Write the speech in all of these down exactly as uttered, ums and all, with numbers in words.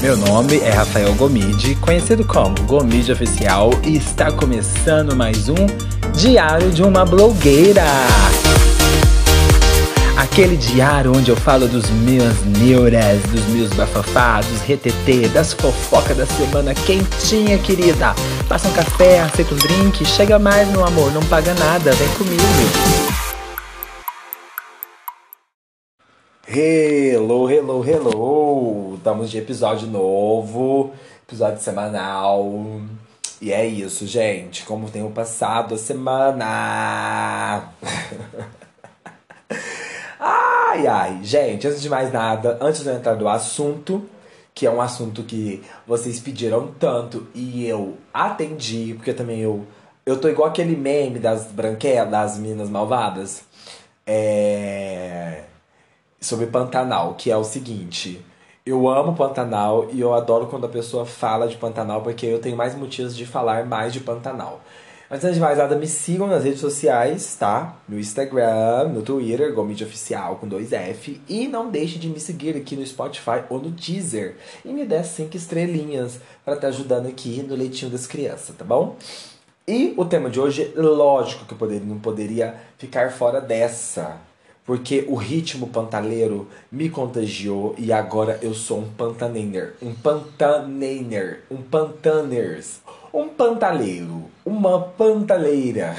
Meu nome é Rafael Gomide, conhecido como Gomide Oficial, e está começando mais um Diário de uma Blogueira. Aquele diário onde eu falo dos meus neuras, dos meus bafafá, dos retetê, das fofocas da semana quentinha, querida. Passa um café, aceita um drink, chega mais, meu amor, não paga nada, vem comigo. Hello, hello, hello! Estamos de episódio novo, episódio semanal. E é isso, gente. Como tem passado a semana? Ai, ai. Gente, antes de mais nada, antes de eu entrar no assunto, que é um assunto que vocês pediram tanto e eu atendi, porque também eu... Eu tô igual aquele meme das branquelas, das meninas malvadas. É... Sobre Pantanal, que é o seguinte: eu amo Pantanal e eu adoro quando a pessoa fala de Pantanal, porque eu tenho mais motivos de falar mais de Pantanal. Mas antes de mais nada, me sigam nas redes sociais, tá? No Instagram, no Twitter, Gomide Oficial com dois F. E não deixe de me seguir aqui no Spotify ou no Deezer. E me dê cinco estrelinhas pra estar ajudando aqui no leitinho das crianças, tá bom? E o tema de hoje, lógico que eu poderia, não poderia ficar fora dessa. Porque o ritmo pantaleiro me contagiou e agora eu sou um pantaneiner. Um pantaneiner. Um pantaners. Um pantaleiro. Uma pantaleira.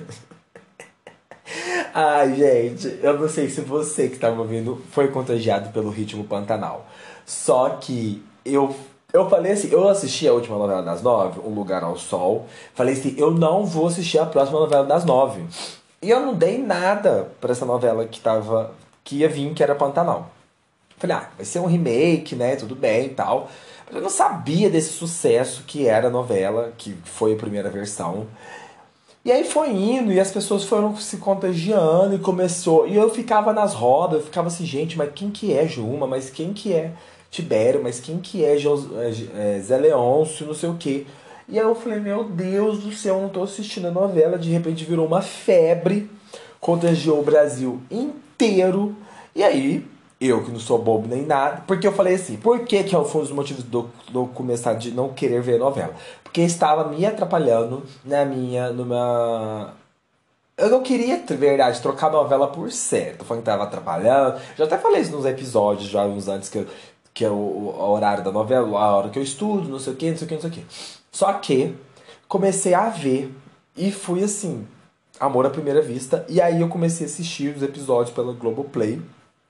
Ai, gente, eu não sei se você que tá me ouvindo foi contagiado pelo ritmo pantanal. Só que eu... Eu falei assim, eu assisti a última novela das nove, Um Lugar ao Sol. Falei assim, eu não vou assistir a próxima novela das nove. E eu não dei nada pra essa novela que tava, que ia vir, que era Pantanal. Falei, ah, vai ser um remake, né, tudo bem e tal. Mas eu não sabia desse sucesso que era a novela, que foi a primeira versão. E aí foi indo, e as pessoas foram se contagiando, e começou... E eu ficava nas rodas, eu ficava assim, gente, mas quem que é Juma? Mas quem que é Tibério? Mas quem que é Jos- é, Zé Leôncio? Não sei o quê. E aí eu falei, meu Deus do céu, eu não tô assistindo a novela. De repente virou uma febre, contagiou o Brasil inteiro. E aí, eu que não sou bobo nem nada, porque eu falei assim, por que que foi um dos motivos de eu de eu começar de não querer ver novela? Porque estava me atrapalhando na minha, numa... Eu não queria, de verdade, trocar novela por série. Tô falando que tava atrapalhando. Já até falei isso nos episódios, já uns antes, que, eu, que é o, o horário da novela, a hora que eu estudo, não sei o que, não sei o que, não sei o que. Só que comecei a ver e fui assim, amor à primeira vista. E aí eu comecei a assistir os episódios pela Globoplay,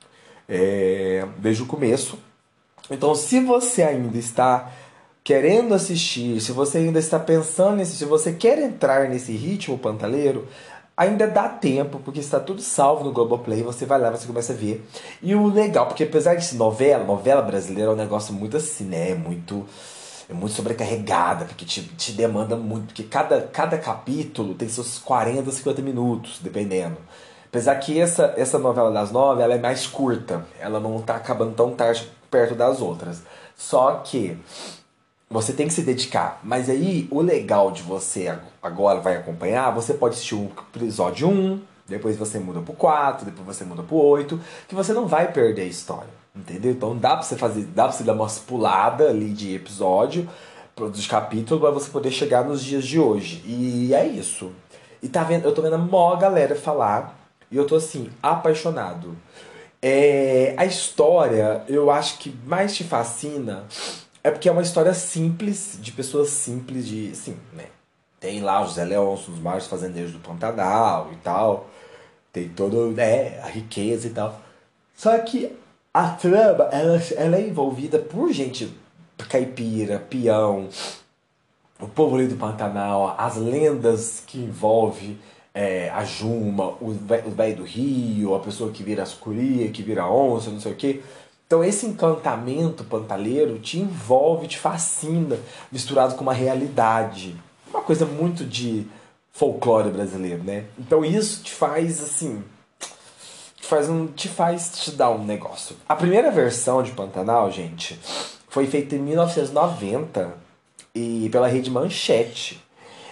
é, desde o começo. Então, se você ainda está querendo assistir, se você ainda está pensando nisso, se você quer entrar nesse ritmo pantaleiro, ainda dá tempo, porque está tudo salvo no Globoplay, você vai lá, você começa a ver. E o legal, porque apesar de ser novela, novela brasileira é um negócio muito assim, né? Muito... É muito sobrecarregada, porque te, te demanda muito, porque cada, cada capítulo tem seus quarenta, cinquenta minutos, dependendo. Apesar que essa, essa novela das nove, ela é mais curta, ela não tá acabando tão tarde perto das outras. Só que você tem que se dedicar. Mas aí, o legal de você agora vai acompanhar, você pode assistir o episódio um, depois você muda pro quatro, depois você muda pro oito, que você não vai perder a história. Entendeu? Então dá pra você fazer, dá pra você dar uma pulada ali de episódio, dos capítulos, pra você poder chegar nos dias de hoje. E é isso. E tá vendo, eu tô vendo a maior galera falar, e eu tô assim, apaixonado. É, a história, eu acho que mais te fascina é porque é uma história simples, de pessoas simples, de, assim, né? Tem lá os Zé Leôncio, os maiores fazendeiros do Pantanal e tal. Tem todo, né, a riqueza e tal. Só que a trama, ela, ela é envolvida por gente caipira, peão, o povo ali do Pantanal, as lendas que envolve é, a Juma, o velho do Rio, a pessoa que vira sucuri, que vira onça, não sei o quê. Então esse encantamento pantaleiro te envolve, te fascina, misturado com uma realidade. Uma coisa muito de folclore brasileiro, né? Então isso te faz, assim... Te faz, um, te faz te dar um negócio. A primeira versão de Pantanal, gente, foi feita em mil novecentos e noventa e pela Rede Manchete.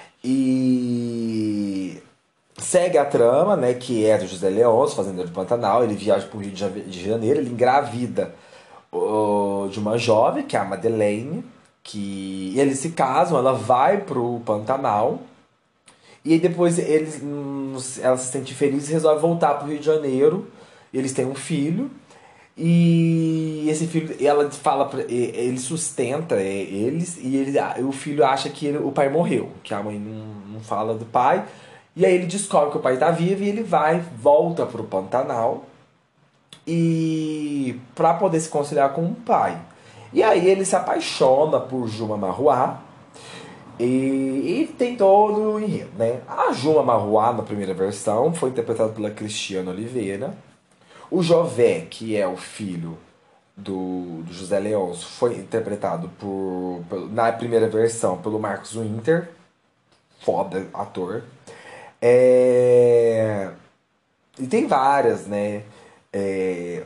E segue a trama, né, que é do José Leôncio, fazendeiro de Pantanal. Ele viaja pro Rio de Jave- de Janeiro, ele engravida ó, de uma jovem, que é a Madeleine, que eles se casam, ela vai pro Pantanal, e aí depois eles, hum, ela se sente feliz e resolve voltar pro Rio de Janeiro. Eles têm um filho, e esse filho, ela fala, pra, e- ele sustenta é, eles, e ele, ah, o filho acha que ele- o pai morreu, que a mãe não, não fala do pai. E aí ele descobre que o pai tá vivo e ele vai, volta pro Pantanal e para poder se conciliar com o pai. E aí ele se apaixona por Juma Marruá e, e tem todo o enredo, né? A Juma Marruá, na primeira versão, foi interpretada pela Cristiana Oliveira. O Jové, que é o filho do, do José Leôncio, foi interpretado por, pelo- na primeira versão pelo Marcos Winter, foda ator. É, e tem várias, né? É,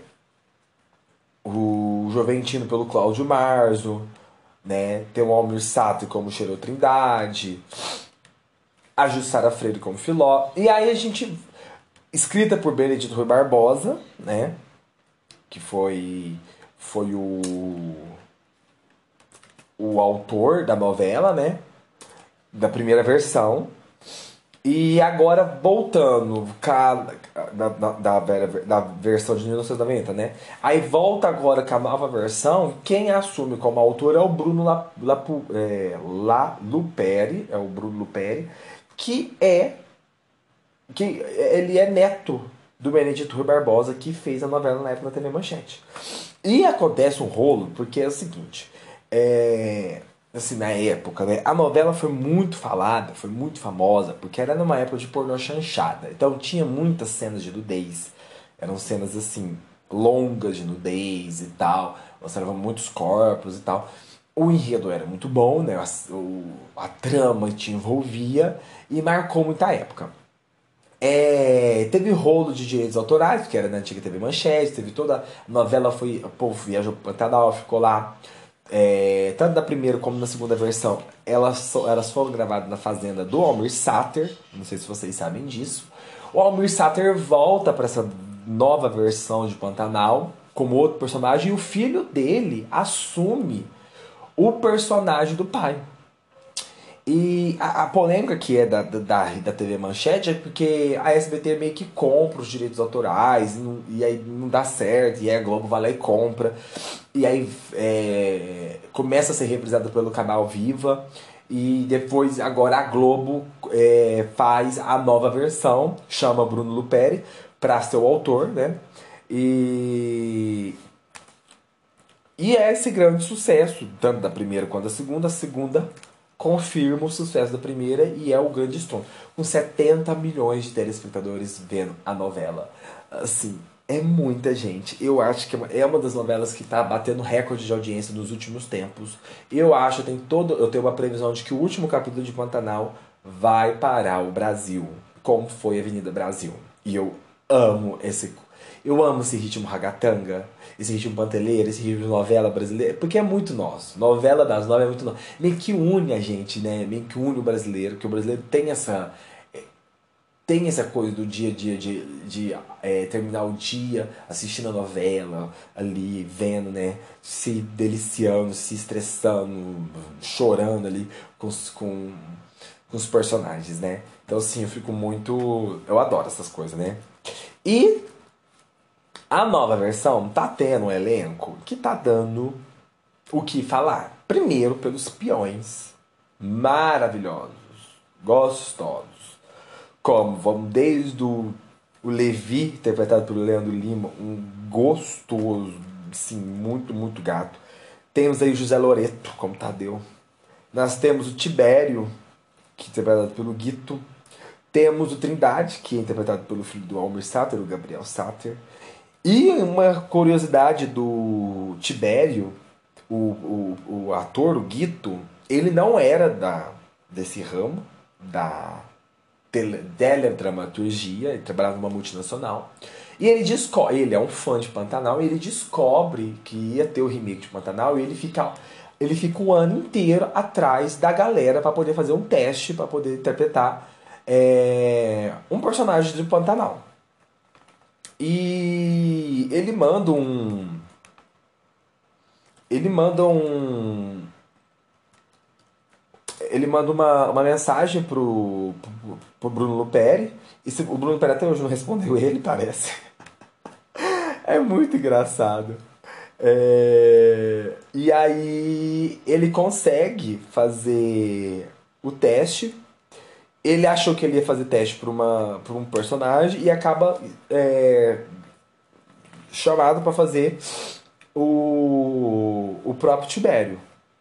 o Joventino pelo Cláudio Marzo, né? Tem o Almir Sater como Cheiro Trindade, a Jussara Freire como Filó. E aí a gente, escrita por Benedito Rui Barbosa, né? Que foi, foi o, o autor da novela, né? Da primeira versão. E agora, voltando ca- da, da, da, vera- da versão de mil novecentos e noventa, né? Aí volta agora com a nova versão. Quem assume como autor é o Bruno La, Lapu- é, La Luperi, é o Bruno Luperi, que é que ele é neto do Benedito Rui Barbosa, que fez a novela na época na T V Manchete. E acontece um rolo, porque é o seguinte, é, assim, na época, né, a novela foi muito falada, foi muito famosa, porque era numa época de pornô chanchada. Então tinha muitas cenas de nudez. Eram cenas, assim, longas de nudez e tal. Mostravam muitos corpos e tal. O enredo era muito bom, né? A, o- a trama te envolvia e marcou muita época. É, teve rolo de direitos autorais, que era na antiga T V Manchete, teve toda a novela, foi, o povo viajou pro Pantanal, ficou lá. É, tanto na primeira como na segunda versão, elas, so- elas foram gravadas na fazenda do Almir Sater, não sei se vocês sabem disso. O Almir Sater volta para essa nova versão de Pantanal como outro personagem e o filho dele assume o personagem do pai. E a, a polêmica que é da, da, da T V Manchete é porque a S B T meio que compra os direitos autorais e, não- e aí não dá certo, e aí a Globo vai lá e compra. E aí é, começa a ser reprisada pelo canal Viva. E depois, agora a Globo é, faz a nova versão, chama Bruno Luperi para ser o autor, né? E, e é esse grande sucesso, tanto da primeira quanto da segunda. A segunda confirma o sucesso da primeira e é o grande estrondo. Com setenta milhões de telespectadores vendo a novela. Assim, é muita gente. Eu acho que é uma é uma das novelas que está batendo recorde de audiência nos últimos tempos. Eu acho, tem todo, eu tenho uma previsão de que o último capítulo de Pantanal vai parar o Brasil, como foi Avenida Brasil. E eu amo esse eu amo esse ritmo ragatanga, esse ritmo panteleiro, esse ritmo de novela brasileira, porque é muito nosso. Novela das nove é muito nosso. Meio que une a gente, né? Meio que une o brasileiro, que o brasileiro tem essa tem essa coisa do dia a dia de, de é, terminar o dia assistindo a novela, ali, vendo, né? Se deliciando, se estressando, chorando ali com, os- com, com os personagens, né? Então, assim, eu fico muito. Eu adoro essas coisas, né? E a nova versão tá tendo um elenco que tá dando o que falar. Primeiro, pelos peões maravilhosos, gostosos. Como vamos desde o, o Levi, interpretado pelo Leandro Lima, um gostoso, sim, muito, muito gato. Temos aí o José Loreto, como Tadeu. Nós temos o Tibério, que é interpretado pelo Guito. Temos o Trindade, que é interpretado pelo filho do Almir Sater, o Gabriel Sater. E uma curiosidade do Tibério, o, o, o ator, o Guito, ele não era da, desse ramo, da tele, teledramaturgia, ele trabalhava numa multinacional. E ele descobre, ele é um fã de Pantanal, e ele descobre que ia ter o remake de Pantanal, e ele fica, ele fica o ano inteiro atrás da galera para poder fazer um teste, para poder interpretar é, um personagem de Pantanal. E ele manda um, ele manda um. Ele manda uma, uma mensagem pro, pro, pro Bruno Luperi. E se, o Bruno Luperi até hoje não respondeu ele, parece. É muito engraçado. É, e aí ele consegue fazer o teste. Ele achou que ele ia fazer teste para uma, pra um personagem e acaba é, chamado para fazer o, o próprio Tibério.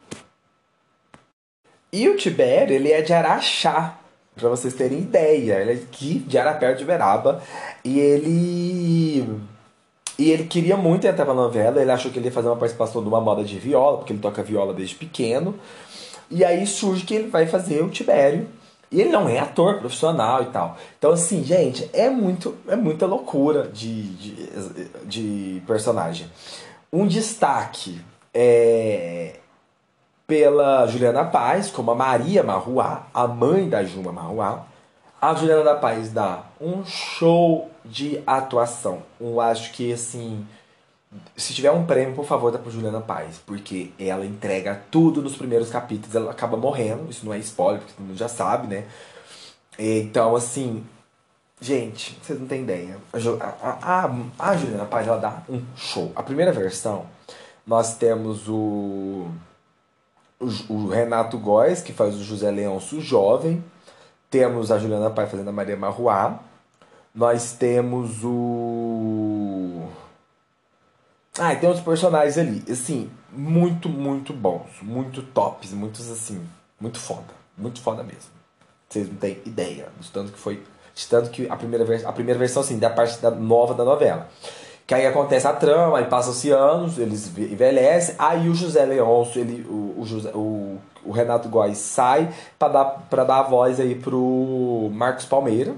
E o Tibério, ele é de Araxá, pra vocês terem ideia. Ele é aqui de Arapé de Uberaba. E ele. E ele queria muito entrar na novela. Ele achou que ele ia fazer uma participação de uma moda de viola, porque ele toca viola desde pequeno. E aí surge que ele vai fazer o Tibério. E ele não é ator profissional e tal. Então, assim, gente, é muito é muita loucura de, de, de personagem. Um destaque é pela Juliana Paz, como a Maria Marruá, a mãe da Juma Marruá. A Juliana da Paz dá um show de atuação. Eu acho que, assim, se tiver um prêmio, por favor, dá pra Juliana Paz. Porque ela entrega tudo nos primeiros capítulos. Ela acaba morrendo. Isso não é spoiler, porque todo mundo já sabe, né? Então, assim, gente, vocês não têm ideia. A, Ju- a, a, a Juliana Paz, ela dá um show. A primeira versão, nós temos o o, o Renato Góes, que faz o José Leôncio jovem. Temos a Juliana Paz fazendo a Maria Marruá. Nós temos o. Ah, e tem outros personagens ali. Assim, muito, muito bons. Muito tops. Muitos, assim, muito foda. Muito foda mesmo. Vocês não têm ideia de tanto que foi. De tanto que a primeira, vers a primeira versão, assim, da parte da nova da novela. Que aí acontece a trama, aí passam-se anos, eles envelhecem, aí o José Leôncio, ele, o, o, José, o, o Renato Góes sai para dar, pra dar a voz aí pro Marcos Palmeira.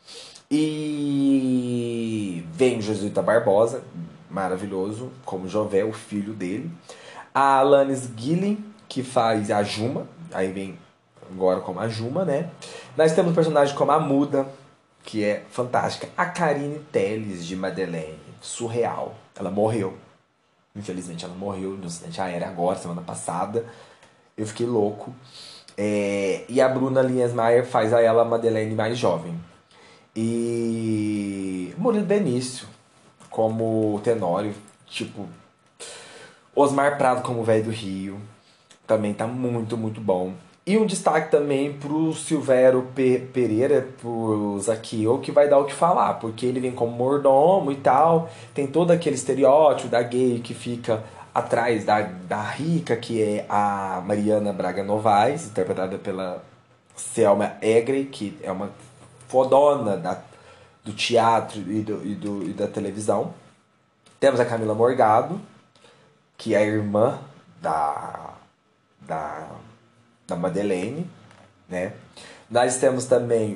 E vem o Jesuíta Barbosa, maravilhoso, como Jovel, o filho dele. A Alanis Guilin, que faz a Juma, aí vem agora como a Juma, né? Nós temos personagens como a Muda, que é fantástica. A Karine Telles, de Madeleine, surreal. Ela morreu. Infelizmente, ela morreu no acidente aéreo agora, semana passada. Eu fiquei louco. É, e a Bruna Linsmeyer faz a ela a Madeleine mais jovem. E Murilo Benício como Tenório, tipo Osmar Prado como Velho do Rio, também tá muito, muito bom. E um destaque também pro Silvério Pe- Pereira, pro Zaqueu, que vai dar o que falar, porque ele vem como mordomo e tal, tem todo aquele estereótipo da gay que fica atrás da, da rica, que é a Mariana Braga Novaes, interpretada pela Selma Egre, que é uma fodona da, do teatro e, do, e, do, e da televisão. Temos a Camila Morgado, que é a irmã da, da, da Madeleine, né? Nós temos também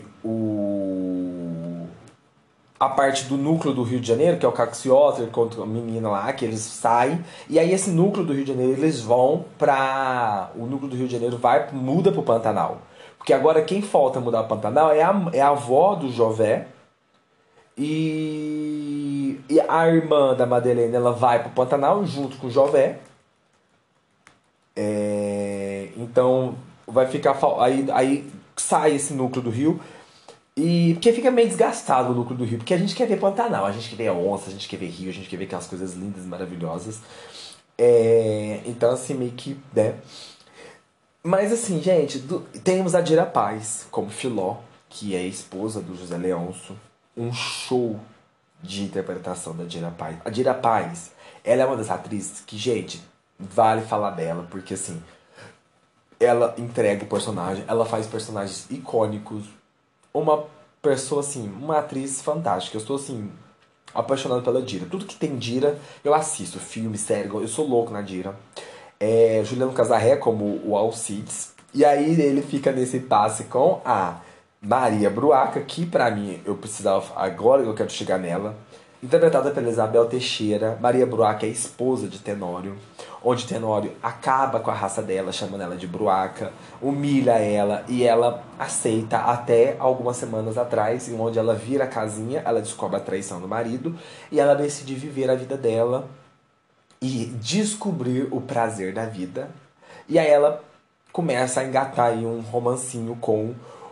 o a parte do núcleo do Rio de Janeiro, que é o Caxiota contra a menina lá, que eles saem. E aí esse núcleo do Rio de Janeiro, eles vão pra... O núcleo do Rio de Janeiro vai, muda pro Pantanal. Porque agora quem falta mudar pro Pantanal é a, é a avó do Jové. E, e a irmã da Madeleine, ela vai pro Pantanal junto com o Jové. É, então vai ficar fal- aí, aí sai esse núcleo do Rio e porque fica meio desgastado o núcleo do Rio, porque a gente quer ver Pantanal, a gente quer ver onça, a gente quer ver rio, a gente quer ver aquelas coisas lindas, maravilhosas. É, então assim meio que, né? Mas assim, gente, do- temos a Dira Paz como Filó, que é a esposa do José Leôncio, um show de interpretação da Dira Paz. A Dira Paz, ela é uma das atrizes que, gente, vale falar dela, porque assim, ela entrega o personagem, ela faz personagens icônicos, uma pessoa assim, uma atriz fantástica. Eu estou assim, apaixonado pela Dira. Tudo que tem Dira, eu assisto, filme, série, eu sou louco na Dira. É, Juliano Casarré como o Alcides. E aí ele fica nesse passe com a Maria Bruaca, que pra mim eu precisava, agora eu quero chegar nela. Interpretada pela Isabel Teixeira, Maria Bruaca é esposa de Tenório, onde Tenório acaba com a raça dela, chamando ela de Bruaca, humilha ela e ela aceita até algumas semanas atrás, em onde ela vira a casinha, ela descobre a traição do marido e ela decide viver a vida dela e descobrir o prazer da vida. E aí ela começa a engatar aí um romancinho com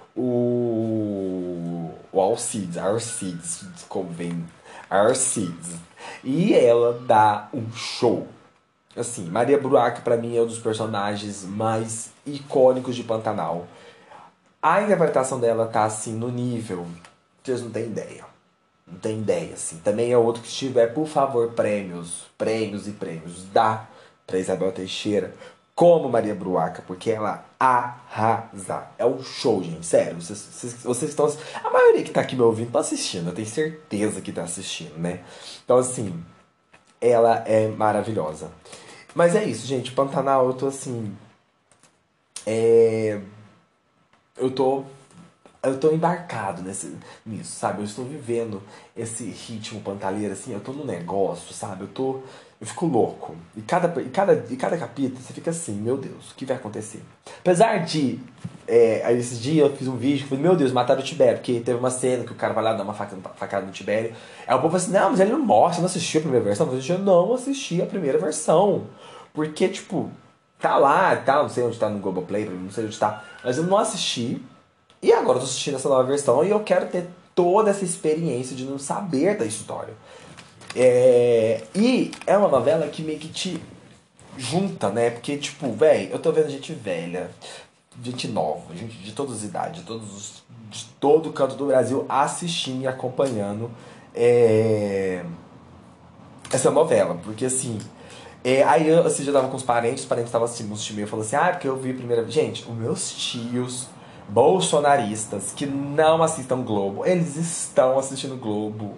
o, o Alcides, Arcides, como vem, Arcides. E ela dá um show. Assim, Maria Bruaca pra mim é um dos personagens mais icônicos de Pantanal. A interpretação dela tá assim no nível, vocês não têm ideia. Não tem ideia, assim. Também é outro que se tiver, por favor, prêmios, prêmios e prêmios. Dá pra Isabel Teixeira como Maria Bruaca, porque ela arrasa. É um show, gente. Sério. Vocês, vocês, vocês estão. A maioria que tá aqui me ouvindo tá assistindo. Eu tenho certeza que tá assistindo, né? Então, assim, ela é maravilhosa. Mas é isso, gente. Pantanal, eu tô assim. É. Eu tô eu tô embarcado nesse, nisso, sabe? Eu estou vivendo esse ritmo pantaleiro, assim, eu tô no negócio, sabe? Eu tô. Eu fico louco. E cada, e cada, e cada capítulo você fica assim, meu Deus, o que vai acontecer? Apesar de. É, aí esses dias eu fiz um vídeo que falei, meu Deus, mataram o Tibério, porque teve uma cena que o cara vai lá dar uma faca, facada no Tibério. Aí o povo falou assim, não, mas ele não morre, você não assistiu a primeira versão? Eu falei, eu não assisti a primeira versão. Porque, tipo, tá lá, tá, não sei onde tá no Globoplay, não sei onde tá, mas eu não assisti. E agora eu tô assistindo essa nova versão e eu quero ter toda essa experiência de não saber da história. É, e é uma novela que meio que te junta, né? Porque, tipo, velho, eu tô vendo gente velha, gente nova, gente de todas as idades, de, todos os, de todo canto do Brasil assistindo e acompanhando é, essa novela. Porque, assim, é, aí eu assim, já tava com os parentes, os parentes estavam assim, uns tios falaram assim, ah, porque eu vi a primeira vez. Gente, os meus tios bolsonaristas que não assistam Globo, eles estão assistindo Globo.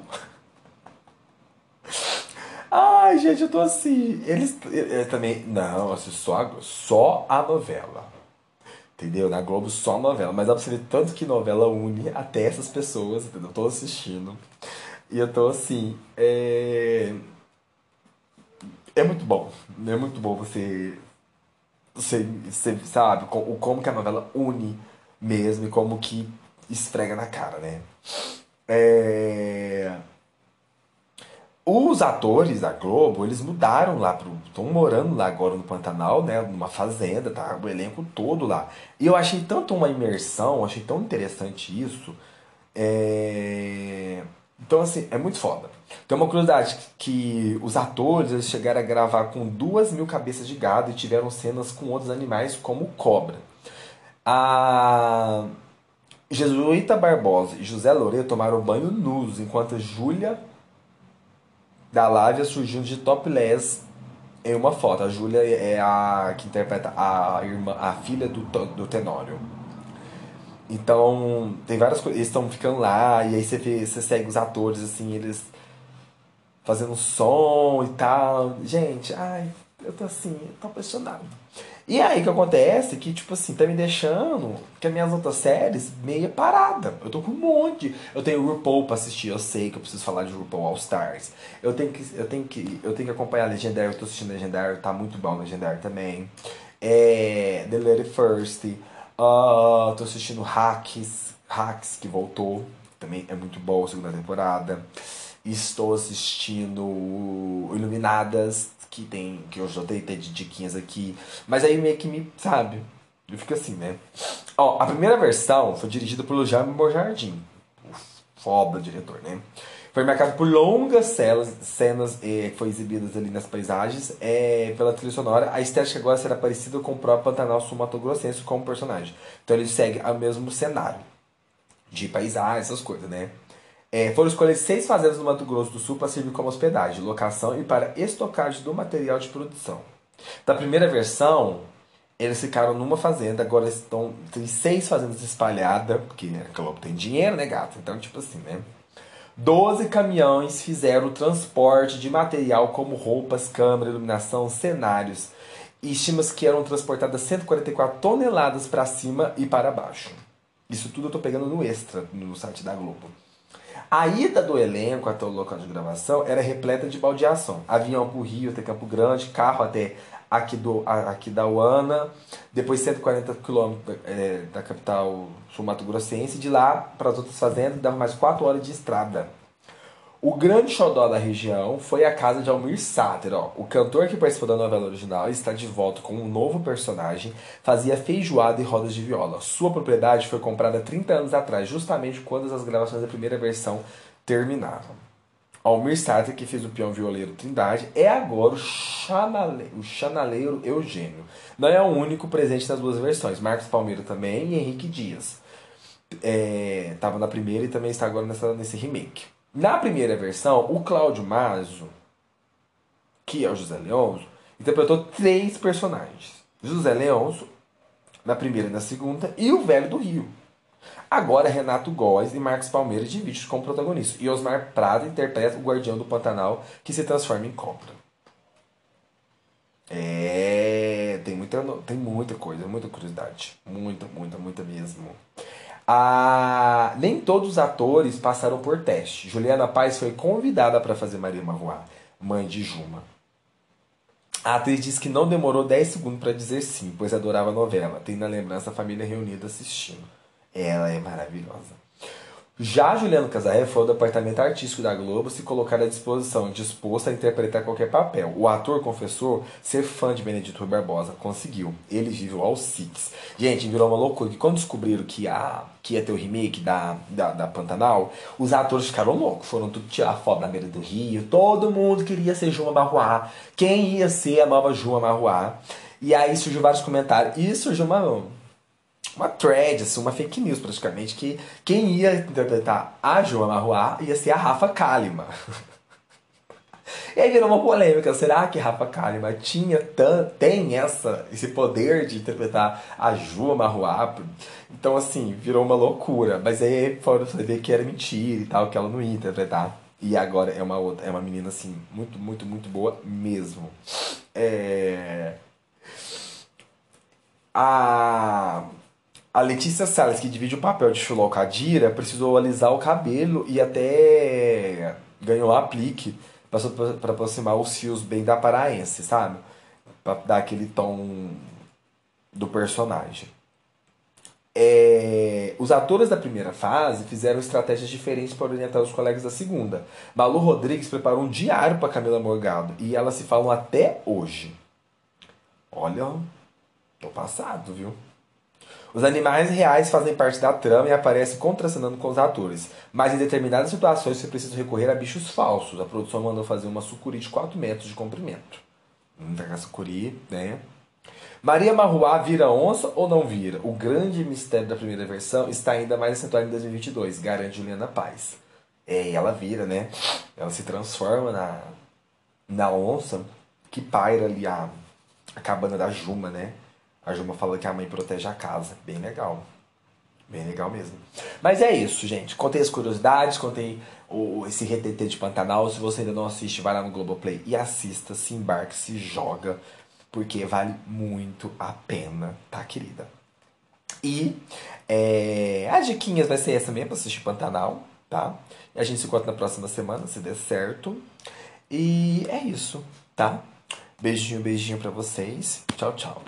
Ai, gente, eu tô assim. Eles eu, eu também. Não, assisto só a, só a novela. Entendeu? Na Globo só a novela. Mas dá pra você ver tanto que novela une até essas pessoas, entendeu? Eu tô assistindo. E eu tô assim. É, é muito bom. É muito bom você. Você, você sabe co- como que a novela une mesmo e como que esfrega na cara, né? É, os atores da Globo, eles mudaram lá pro. Estão morando lá agora no Pantanal, né? Numa fazenda, tá? O elenco todo lá. E eu achei tanto uma imersão, achei tão interessante isso. É, então, assim, é muito foda. Tem uma curiosidade que os atores eles chegaram a gravar com duas mil cabeças de gado e tiveram cenas com outros animais como cobra. A Jesuíta Barbosa e José Loreto tomaram banho nus, enquanto Júlia da Lávia surgiu de topless em uma foto. A Júlia é a que interpreta a irmã, a filha do, do Tenório. Então, tem várias coisas. Eles estão ficando lá, e aí você, vê, você segue os atores, assim, eles fazendo som e tal. Gente, ai, eu tô assim, eu tô apaixonado. E aí o que acontece que, tipo assim, tá me deixando que as minhas outras séries meio parada. Eu tô com um monte. Eu tenho o RuPaul pra assistir, eu sei que eu preciso falar de RuPaul All Stars. Eu tenho que, eu tenho que, eu tenho que acompanhar Legendário, eu tô assistindo Legendário, tá muito bom Legendário também. É, The Lady First. Uh, tô assistindo Hacks, Hacks que voltou, também é muito bom a segunda temporada. Estou assistindo Iluminadas, que tem. Que eu já dei até de diquinhas aqui. Mas aí meio que me. Sabe? Eu fico assim, né? Ó, a primeira versão foi dirigida por Jaime Bojardin. Foda diretor, né? Foi marcado por longas cenas, cenas eh, que foram exibidas ali nas paisagens. Eh, pela trilha sonora, a estética agora será parecida com o próprio Pantanal Sul-Mato-Grossense como personagem. Então ele segue o mesmo cenário de paisagem, essas coisas, né? É, foram escolhidas seis fazendas no Mato Grosso do Sul para servir como hospedagem, locação e para estocagem do material de produção. Da primeira versão, eles ficaram numa fazenda, agora estão tem seis fazendas espalhadas, porque a Globo tem dinheiro, né, gato? Então, tipo assim, né? Doze caminhões fizeram o transporte de material como roupas, câmera, iluminação, cenários. E estima-se que eram transportadas cento e quarenta e quatro toneladas para cima e para baixo. Isso tudo eu tô pegando no extra, no site da Globo. A ida do elenco até o local de gravação era repleta de baldeação. Avião para o Rio até Campo Grande, carro até Aquidau- a- Aquidauana, depois cento e quarenta quilômetros é, da capital sul-mato-grossense, de lá para as outras fazendas dava mais quatro horas de estrada. O grande xodó da região foi a casa de Almir Sater. Ó. O cantor que participou da novela original está de volta com um novo personagem, fazia feijoada e rodas de viola. Sua propriedade foi comprada trinta anos atrás, justamente quando as gravações da primeira versão terminavam. Almir Sater, que fez o peão violeiro Trindade, é agora o, chanale... o chanaleiro Eugênio. Não é o único presente nas duas versões. Marcos Palmeira também e Henrique Dias. Estava é... na primeira e também está agora nessa... nesse remake. Na primeira versão, o Cláudio Mazo, que é o José Leôncio, interpretou três personagens. José Leôncio, na primeira e na segunda, e o Velho do Rio. Agora, Renato Góes e Marcos Palmeira dividem como protagonistas. E Osmar Prado interpreta o Guardião do Pantanal, que se transforma em cobra. É... Tem muita, tem muita coisa, muita curiosidade. Muita, muita, muita mesmo. Ah, nem todos os atores passaram por teste. Juliana Paes foi convidada para fazer Maria Marruá, mãe de Juma. A atriz disse que não demorou dez segundos para dizer sim, pois adorava a novela. Tem na lembrança a família reunida assistindo. Ela é maravilhosa. Já Juliano Casarré foi ao departamento artístico da Globo se colocar à disposição, disposto a interpretar qualquer papel. O ator confessou ser fã de Benedito Rui Barbosa. Conseguiu. Ele vive o Alcides. Gente, virou uma loucura. Que quando descobriram que ia, que ia ter o remake da, da, da Pantanal, os atores ficaram loucos. Foram tudo tirar foto na beira do rio. Todo mundo queria ser Juma Marruá. Quem ia ser a nova Juma Marruá? E aí surgiu vários comentários. E surgiu uma... uma thread, assim, uma fake news praticamente, que quem ia interpretar a Juma Marruá ia ser a Rafa Kalimann. E aí virou uma polêmica, será que Rafa Kalimann tinha tan, tem essa, esse poder de interpretar a Juma Marruá? Então assim, virou uma loucura, mas aí foram ver que era mentira e tal, que ela não ia interpretar. E agora é uma outra, é uma menina assim, muito, muito, muito boa mesmo. É... A... A Letícia Salles, que divide o papel de Filó Cadira, precisou alisar o cabelo e até ganhou aplique para aproximar os fios bem da paraense, sabe? Para dar aquele tom do personagem. É... Os atores da primeira fase fizeram estratégias diferentes para orientar os colegas da segunda. Malu Rodrigues preparou um diário para Camila Morgado e elas se falam até hoje. Olha, tô passado, viu? Os animais reais fazem parte da trama e aparecem contracenando com os atores, mas em determinadas situações você precisa recorrer a bichos falsos. A produção mandou fazer uma sucuri de quatro metros de comprimento. Hum, a sucuri, né? Maria Marruá vira onça ou não vira? O grande mistério da primeira versão está ainda mais acentuado em dois mil e vinte e dois, garante Juliana Paes. É, ela vira, né? Ela se transforma na, na onça que paira ali a, a cabana da Juma, né? A Juma fala que a mãe protege a casa. Bem legal. Bem legal mesmo. Mas é isso, gente. Contei as curiosidades, contei o, esse retetê de Pantanal. Se você ainda não assiste, vai lá no Globoplay e assista, se embarque, se joga. Porque vale muito a pena, tá, querida? E é, as diquinhas vai ser essa mesmo, pra assistir Pantanal, tá? E a gente se encontra na próxima semana, se der certo. E é isso, tá? Beijinho, beijinho pra vocês. Tchau, tchau.